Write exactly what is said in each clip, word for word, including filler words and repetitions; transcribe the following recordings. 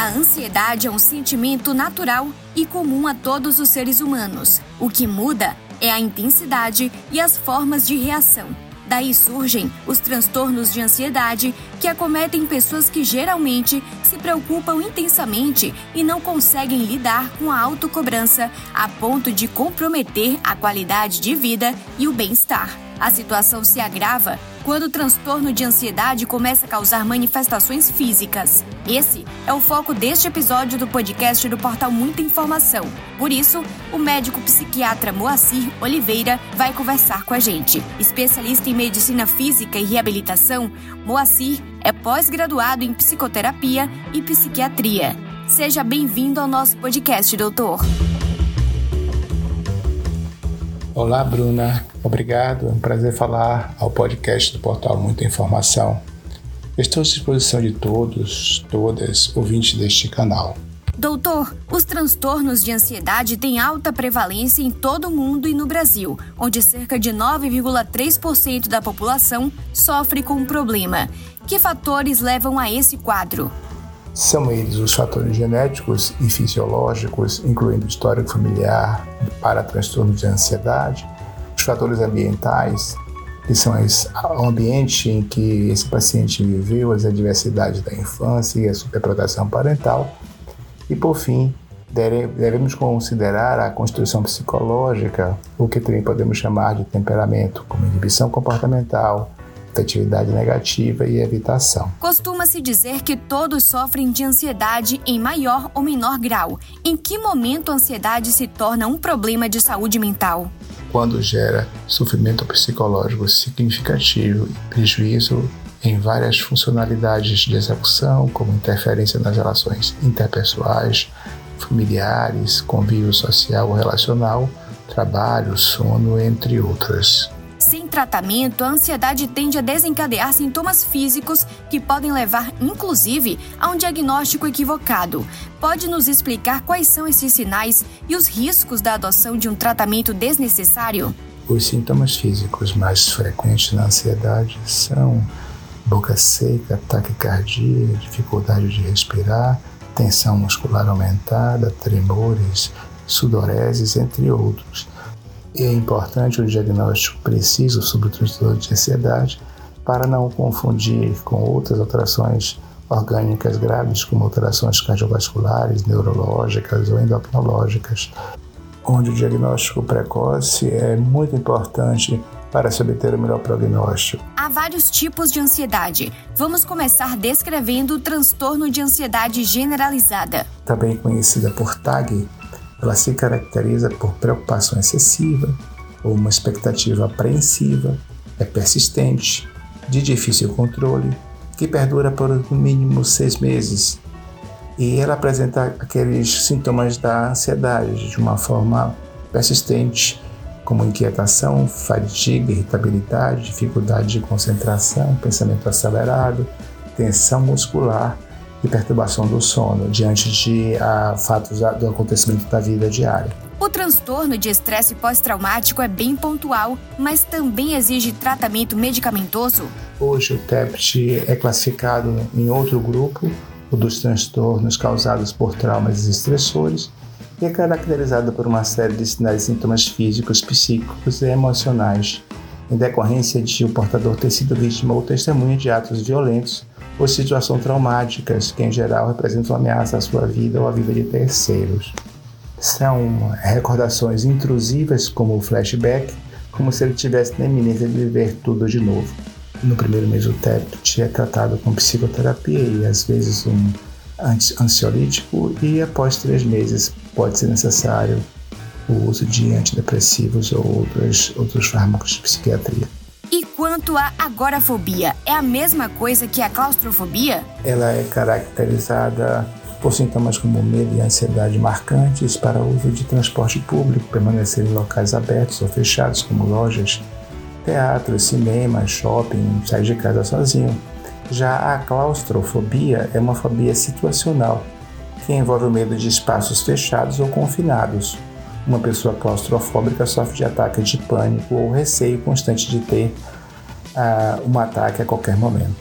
A ansiedade é um sentimento natural e comum a todos os seres humanos. O que muda é a intensidade e as formas de reação. Daí surgem os transtornos de ansiedade, que acometem pessoas que geralmente se preocupam intensamente e não conseguem lidar com a autocobrança a ponto de comprometer a qualidade de vida e o bem-estar. A situação se agrava quando o transtorno de ansiedade começa a causar manifestações físicas. Esse é o foco deste episódio do podcast do portal Muita Informação. Por isso, o médico psiquiatra Moacir Oliveira vai conversar com a gente. Especialista em medicina física e reabilitação, Moacir é pós-graduado em psicoterapia e psiquiatria. Seja bem-vindo ao nosso podcast, doutor. Olá, Bruna. Obrigado. É um prazer falar ao podcast do portal Muita Informação. Estou à disposição de todos, todas, ouvintes deste canal. Doutor, os transtornos de ansiedade têm alta prevalência em todo o mundo e no Brasil, onde cerca de nove vírgula três por cento da população sofre com o problema. Que fatores levam a esse quadro? São eles os fatores genéticos e fisiológicos, incluindo histórico familiar para transtornos de ansiedade, os fatores ambientais, que são o ambiente em que esse paciente viveu, as adversidades da infância e a superproteção parental, e, por fim, devemos considerar a constituição psicológica, o que também podemos chamar de temperamento, como inibição comportamental, afetividade negativa e evitação. Costuma-se dizer que todos sofrem de ansiedade em maior ou menor grau. Em que momento a ansiedade se torna um problema de saúde mental? Quando gera sofrimento psicológico significativo e prejuízo em várias funcionalidades de execução, como interferência nas relações interpessoais, familiares, convívio social ou relacional, trabalho, sono, entre outras. Sem tratamento, a ansiedade tende a desencadear sintomas físicos que podem levar, inclusive, a um diagnóstico equivocado. Pode nos explicar quais são esses sinais e os riscos da adoção de um tratamento desnecessário? Os sintomas físicos mais frequentes na ansiedade são boca seca, taquicardia, dificuldade de respirar, tensão muscular aumentada, tremores, sudoreses, entre outros. E é importante o diagnóstico preciso sobre o transtorno de ansiedade para não confundir com outras alterações orgânicas graves, como alterações cardiovasculares, neurológicas ou endocrinológicas, onde o diagnóstico precoce é muito importante para se obter o melhor prognóstico. Há vários tipos de ansiedade. Vamos começar descrevendo o transtorno de ansiedade generalizada. Também conhecida por T A G, ela se caracteriza por preocupação excessiva ou uma expectativa apreensiva, é persistente, de difícil controle, que perdura por no mínimo seis meses. E ela apresenta aqueles sintomas da ansiedade de uma forma persistente, como inquietação, fadiga, irritabilidade, dificuldade de concentração, pensamento acelerado, tensão muscular e perturbação do sono, diante de ah, fatos do acontecimento da vida diária. O transtorno de estresse pós-traumático é bem pontual, mas também exige tratamento medicamentoso? Hoje o T E P T é classificado em outro grupo, o dos transtornos causados por traumas estressores, e é caracterizado por uma série de sinais e sintomas físicos, psíquicos e emocionais, em decorrência de o portador ter sido vítima ou testemunha de atos violentos ou situações traumáticas, que em geral representam uma ameaça à sua vida ou à vida de terceiros. São recordações intrusivas, como o flashback, como se ele estivesse na iminência de viver tudo de novo. No primeiro mês o T E P T é tratado com psicoterapia e às vezes um ansiolítico, e após três meses pode ser necessário o uso de antidepressivos ou outros, outros fármacos de psiquiatria. E quanto à agorafobia, é a mesma coisa que a claustrofobia? Ela é caracterizada por sintomas como medo e ansiedade marcantes para o uso de transporte público, permanecer em locais abertos ou fechados, como lojas, teatros, cinemas, shopping, sair de casa sozinho. Já a claustrofobia é uma fobia situacional, que envolve o medo de espaços fechados ou confinados. Uma pessoa claustrofóbica sofre de ataque de pânico ou receio constante de ter uh, um ataque a qualquer momento. O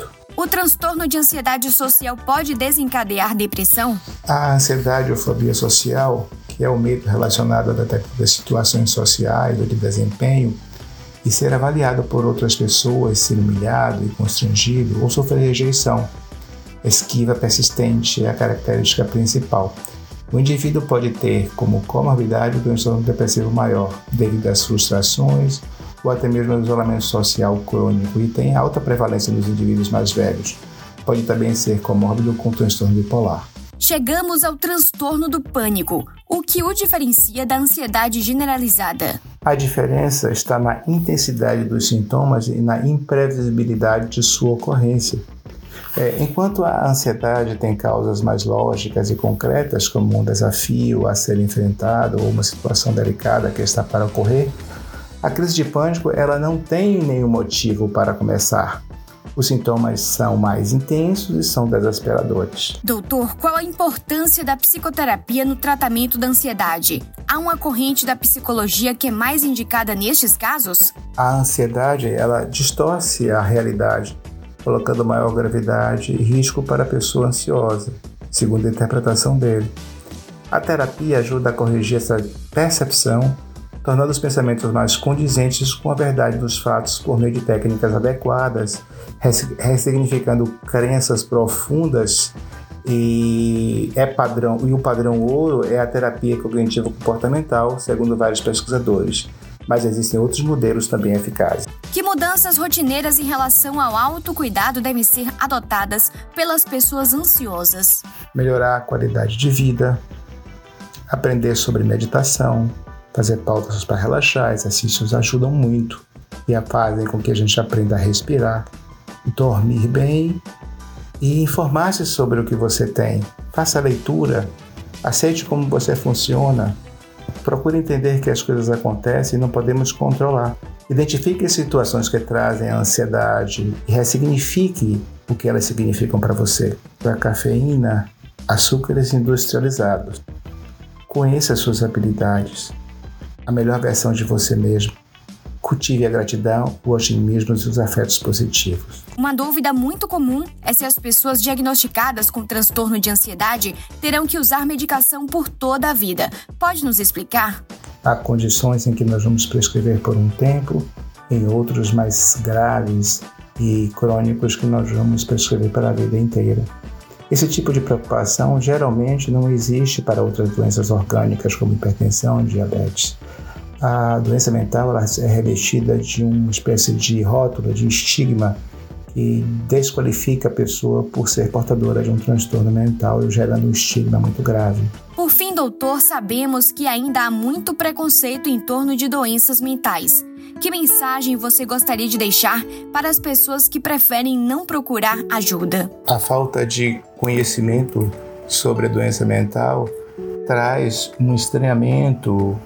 O transtorno de ansiedade social pode desencadear depressão? A ansiedade ou fobia social, que é o medo relacionado a determinadas situações sociais ou de desempenho, e ser avaliado por outras pessoas, ser humilhado e constrangido ou sofrer rejeição. Esquiva persistente é a característica principal. O indivíduo pode ter como comorbidade o transtorno depressivo maior, devido às frustrações ou até mesmo ao isolamento social crônico, e tem alta prevalência nos indivíduos mais velhos. Pode também ser comórbido com transtorno bipolar. Chegamos ao transtorno do pânico. O que o diferencia da ansiedade generalizada? A diferença está na intensidade dos sintomas e na imprevisibilidade de sua ocorrência. É, enquanto a ansiedade tem causas mais lógicas e concretas, como um desafio a ser enfrentado ou uma situação delicada que está para ocorrer, a crise de pânico ela não tem nenhum motivo para começar. Os sintomas são mais intensos e são desesperadores. Doutor, qual a importância da psicoterapia no tratamento da ansiedade? Há uma corrente da psicologia que é mais indicada nestes casos? A ansiedade, ela distorce a realidade, colocando maior gravidade e risco para a pessoa ansiosa, segundo a interpretação dele. A terapia ajuda a corrigir essa percepção, tornando os pensamentos mais condizentes com a verdade dos fatos por meio de técnicas adequadas, ressignificando crenças profundas, e é padrão e o padrão ouro é a terapia cognitivo comportamental, segundo vários pesquisadores, mas existem outros modelos também eficazes. Que mudanças rotineiras em relação ao autocuidado devem ser adotadas pelas pessoas ansiosas? Melhorar a qualidade de vida, aprender sobre meditação, fazer pausas para relaxar. Exercícios ajudam muito e fazem com que a gente aprenda a respirar, dormir bem e informar-se sobre o que você tem. Faça a leitura, aceite como você funciona, procure entender que as coisas acontecem e não podemos controlar. Identifique as situações que trazem a ansiedade e ressignifique o que elas significam para você. A cafeína, açúcares industrializados. Conheça as suas habilidades, a melhor versão de você mesmo. Cultive a gratidão, o otimismo e os afetos positivos. Uma dúvida muito comum é se as pessoas diagnosticadas com transtorno de ansiedade terão que usar medicação por toda a vida. Pode nos explicar? Há condições em que nós vamos prescrever por um tempo, em outros mais graves e crônicos que nós vamos prescrever para a vida inteira. Esse tipo de preocupação geralmente não existe para outras doenças orgânicas como hipertensão e diabetes. A doença mental ela é revestida de uma espécie de rótulo, de estigma, que desqualifica a pessoa por ser portadora de um transtorno mental, gerando um estigma muito grave. Por fim, doutor, sabemos que ainda há muito preconceito em torno de doenças mentais. Que mensagem você gostaria de deixar para as pessoas que preferem não procurar ajuda? A falta de conhecimento sobre a doença mental traz um estranhamento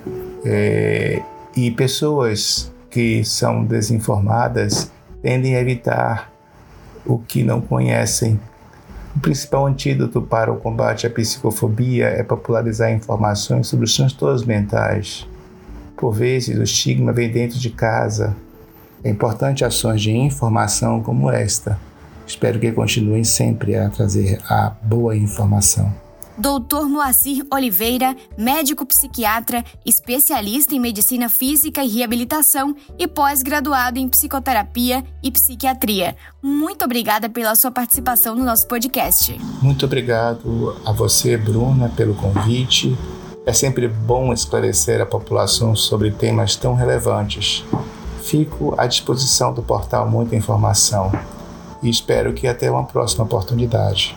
é, e pessoas que são desinformadas tendem a evitar o que não conhecem. O principal antídoto para o combate à psicofobia é popularizar informações sobre os transtornos mentais. Por vezes, o estigma vem dentro de casa. É importante ações de informação como esta. Espero que continuem sempre a trazer a boa informação. doutor Moacir Oliveira, médico psiquiatra, especialista em medicina física e reabilitação e pós-graduado em psicoterapia e psiquiatria. Muito obrigada pela sua participação no nosso podcast. Muito obrigado a você, Bruna, pelo convite. É sempre bom esclarecer a população sobre temas tão relevantes. Fico à disposição do portal Muita Informação e espero que até uma próxima oportunidade.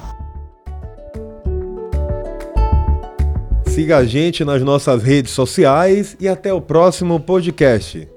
Siga a gente nas nossas redes sociais e até o próximo podcast.